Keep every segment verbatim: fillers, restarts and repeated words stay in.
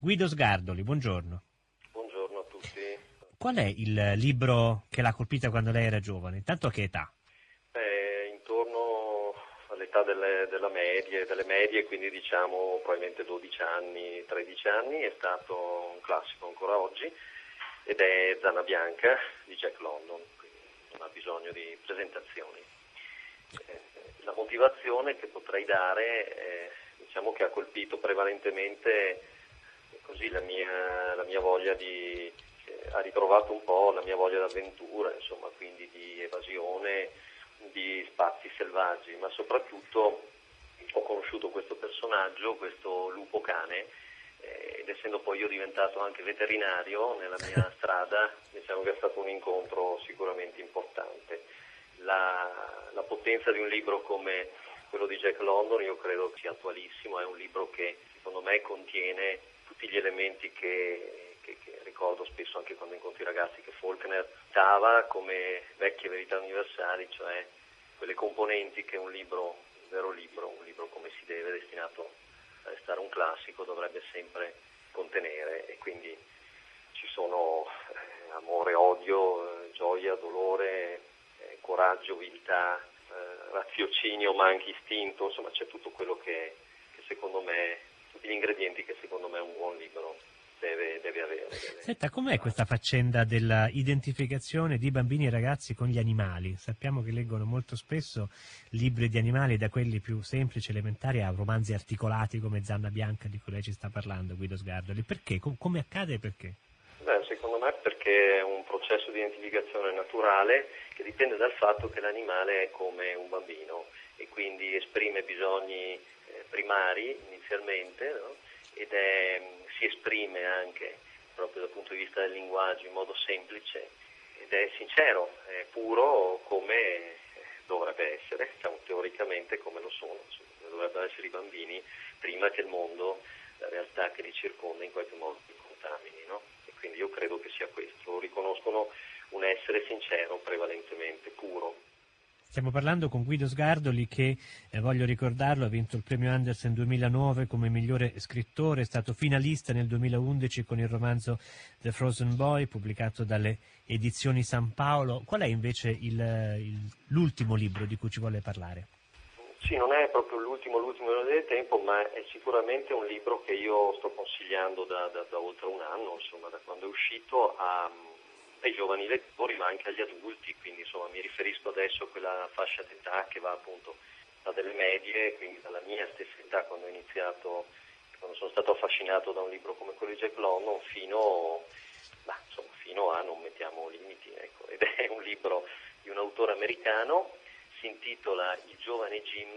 Guido Sgardoli, buongiorno. Buongiorno a tutti. Qual è il libro che l'ha colpita quando lei era giovane? Intanto a che età? Beh, intorno all'età delle, della medie, delle medie, quindi diciamo probabilmente dodici anni, tredici anni, è stato un classico ancora oggi ed è Zanna Bianca di Jack London, quindi non ha bisogno di presentazioni. Eh, la motivazione che potrei dare è, diciamo che ha colpito prevalentemente così la mia, la mia voglia di, eh, ha ritrovato un po' la mia voglia d'avventura, insomma, quindi di evasione, di spazi selvaggi, ma soprattutto ho conosciuto questo personaggio, questo lupo cane, eh, ed essendo poi io diventato anche veterinario nella mia strada, diciamo che è stato un incontro sicuramente importante. La, la potenza di un libro come quello di Jack London io credo sia attualissimo, è un libro che secondo me contiene tutti gli elementi che, che, che ricordo spesso anche quando incontro i ragazzi che Faulkner dava come vecchie verità universali, cioè quelle componenti che un libro, un vero libro, un libro come si deve, destinato a restare un classico, dovrebbe sempre contenere, e quindi ci sono eh, amore, odio, eh, gioia, dolore, eh, coraggio, viltà, eh, raziocinio ma anche istinto, insomma c'è tutto quello che, che secondo me, tutti gli ingredienti che secondo me un buon libro deve, deve avere. Deve... Senta, com'è questa faccenda della identificazione di bambini e ragazzi con gli animali? Sappiamo che leggono molto spesso libri di animali, da quelli più semplici, elementari, a romanzi articolati come Zanna Bianca di cui lei ci sta parlando, Guido Sgardoli. Perché? Com- come accade e perché? Beh, secondo me perché è un processo di identificazione naturale che dipende dal fatto che l'animale è come un bambino e quindi esprime bisogni eh, primari inizialmente, no? Ed è, si esprime anche proprio dal punto di vista del linguaggio in modo semplice ed è sincero, è puro come dovrebbe essere, diciamo, teoricamente come lo sono, come dovrebbero essere i bambini prima che il mondo, la realtà che li circonda in qualche modo li contamini, no? E quindi io credo che sia questo, riconoscono un essere sincero, prevalentemente puro. Stiamo parlando con Guido Sgardoli che, eh, voglio ricordarlo, ha vinto il premio Andersen duemilanove come migliore scrittore, è stato finalista nel duemilaundici con il romanzo The Frozen Boy pubblicato dalle edizioni San Paolo. Qual è invece il, il, l'ultimo libro di cui ci vuole parlare? Sì, non è proprio l'ultimo, l'ultimo del tempo, ma è sicuramente un libro che io sto consigliando da, da, da oltre un anno, insomma, da quando è uscito a... ai giovani lettori ma anche agli adulti, quindi insomma mi riferisco adesso a quella fascia d'età che va appunto da delle medie, quindi dalla mia stessa età quando ho iniziato, quando sono stato affascinato da un libro come quello di Jack London fino, bah, insomma, fino a non mettiamo limiti, ecco. Ed è un libro di un autore americano, si intitola Il giovane Jim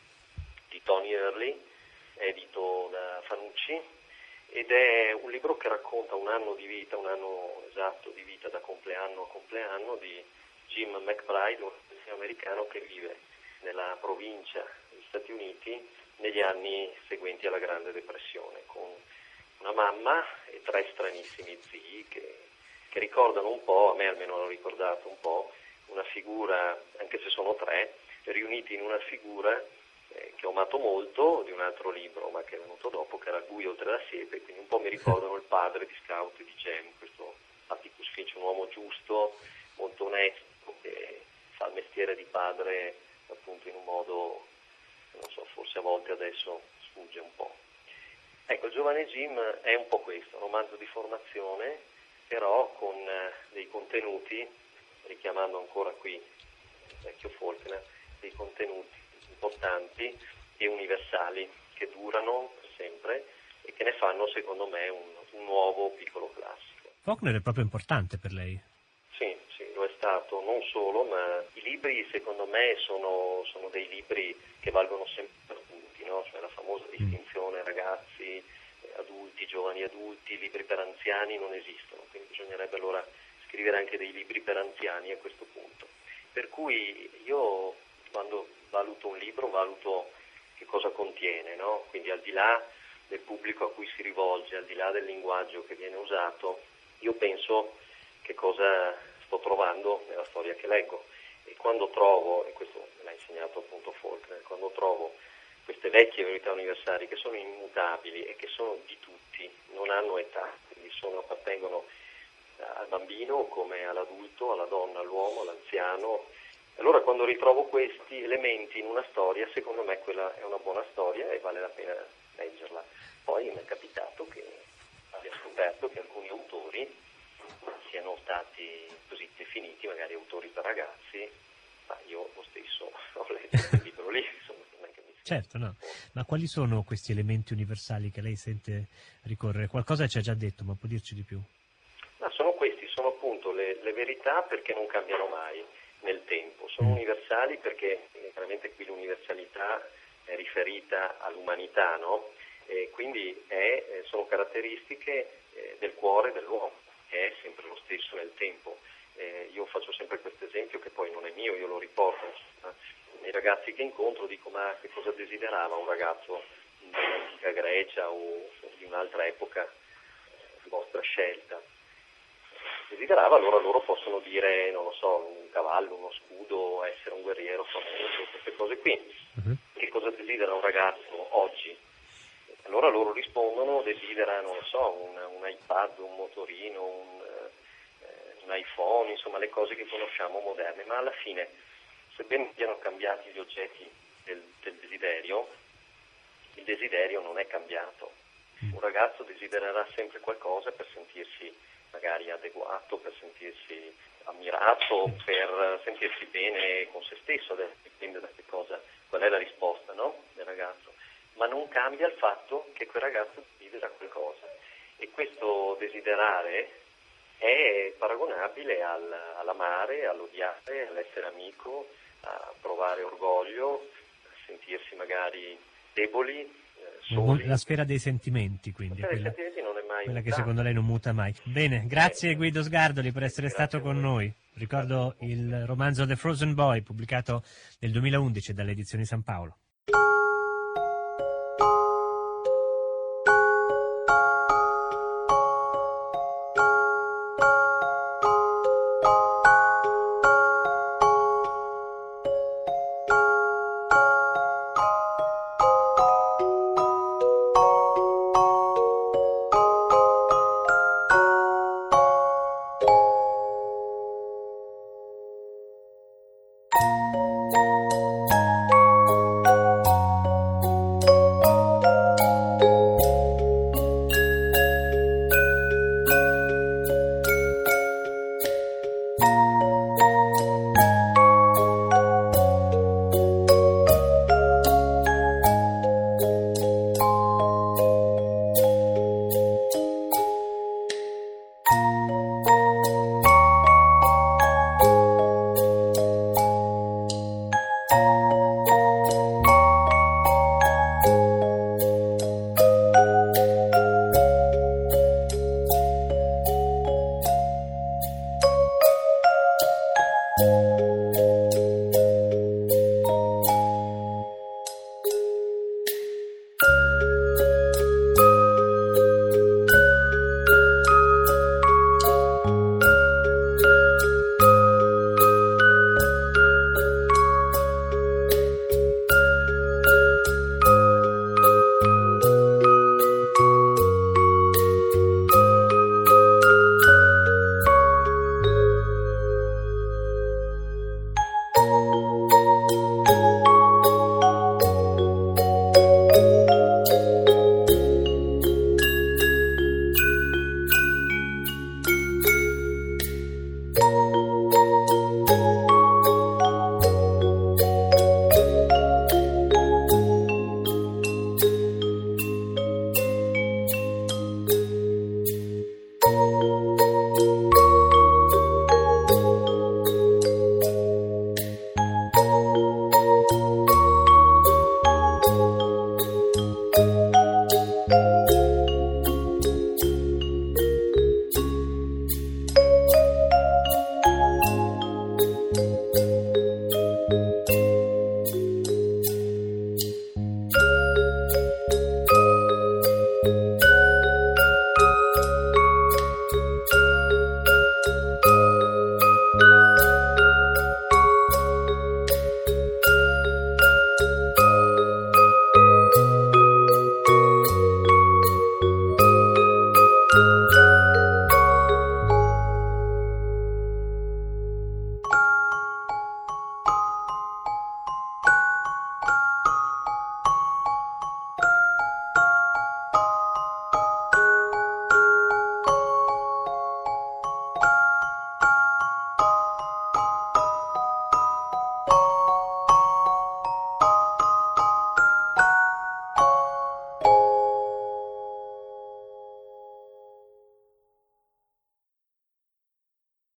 di Tony Early, edito da Fanucci. Ed è un libro che racconta un anno di vita, un anno esatto di vita da compleanno a compleanno di Jim McBride, un ragazzino americano che vive nella provincia degli Stati Uniti negli anni seguenti alla Grande Depressione, con una mamma e tre stranissimi zii che, che ricordano un po', a me almeno hanno ricordato un po', una figura, anche se sono tre, riuniti in una figura che ho amato molto, di un altro libro ma che è venuto dopo, che era Gui oltre la siepe, quindi un po' mi ricordano il padre di Scout e di Gem, questo Atticus Finch, un uomo giusto, molto onesto, che fa il mestiere di padre appunto in un modo, non so, forse a volte adesso sfugge un po'. Ecco, il giovane Jim è un po' questo, un romanzo di formazione, però con dei contenuti, richiamando ancora qui il vecchio Faulkner, dei contenuti importanti e universali che durano per sempre e che ne fanno secondo me un, un nuovo piccolo classico. Faulkner è proprio importante per lei? Sì, sì, lo è stato, non solo, ma i libri secondo me sono, sono dei libri che valgono sempre per tutti, no? Cioè la famosa distinzione ragazzi, adulti, giovani adulti, libri per anziani non esistono, quindi bisognerebbe allora scrivere anche dei libri per anziani a questo punto. Per cui io quando valuto un libro, valuto che cosa contiene, no? Quindi al di là del pubblico a cui si rivolge, al di là del linguaggio che viene usato, io penso che cosa sto trovando nella storia che leggo. E quando trovo, e questo me l'ha insegnato appunto Faulkner, quando trovo queste vecchie verità universali che sono immutabili e che sono di tutti, non hanno età, quindi sono, appartengono al bambino come all'adulto, alla donna, all'uomo, all'anziano. Allora quando ritrovo questi elementi in una storia, secondo me quella è una buona storia e vale la pena leggerla. Poi mi è capitato che abbia scoperto che alcuni autori siano stati così definiti, magari autori per ragazzi, ma io lo stesso ho letto quel libro lì, insomma, non è che mi... Certo, no. Ma quali sono questi elementi universali che lei sente ricorrere? Qualcosa ci ha già detto, ma può dirci di più? Ma sono questi, sono appunto le, le verità perché non cambiano mai nel tempo, sono mm. universali perché chiaramente qui l'universalità è riferita all'umanità, no? E quindi è, sono caratteristiche eh, del cuore dell'uomo, che è sempre lo stesso nel tempo. Eh, io faccio sempre questo esempio che poi non è mio, io lo riporto. I ragazzi che incontro dico: ma che cosa desiderava un ragazzo dell'antica Grecia o di un'altra epoca di vostra scelta? Desiderava, allora loro possono dire, non lo so, un cavallo, uno scudo, essere un guerriero famoso, queste cose qui. Uh-huh. Che cosa desidera un ragazzo oggi? Allora loro rispondono: desidera, non lo so, un, un iPad, un motorino, un, eh, un iPhone, insomma le cose che conosciamo moderne, ma alla fine, sebbene siano cambiati gli oggetti del, del desiderio, il desiderio non è cambiato. Un ragazzo desidererà sempre qualcosa per sentirsi magari adeguato, per sentirsi ammirato, per sentirsi bene con se stesso, dipende da che cosa, qual è la risposta, no? Del ragazzo. Ma non cambia il fatto che quel ragazzo desidera qualcosa, e questo desiderare è paragonabile al, all'amare, all'odiare, all'essere amico, a provare orgoglio, a sentirsi magari deboli, eh, soli. La sfera dei sentimenti, quindi, la quella, dei sentimenti non è mai quella che mutata. secondo lei non muta mai. Bene, grazie eh, Guido Sgardoli per essere grazie stato con noi. Ricordo il romanzo The Frozen Boy, pubblicato nel duemilaundici dalle edizioni San Paolo.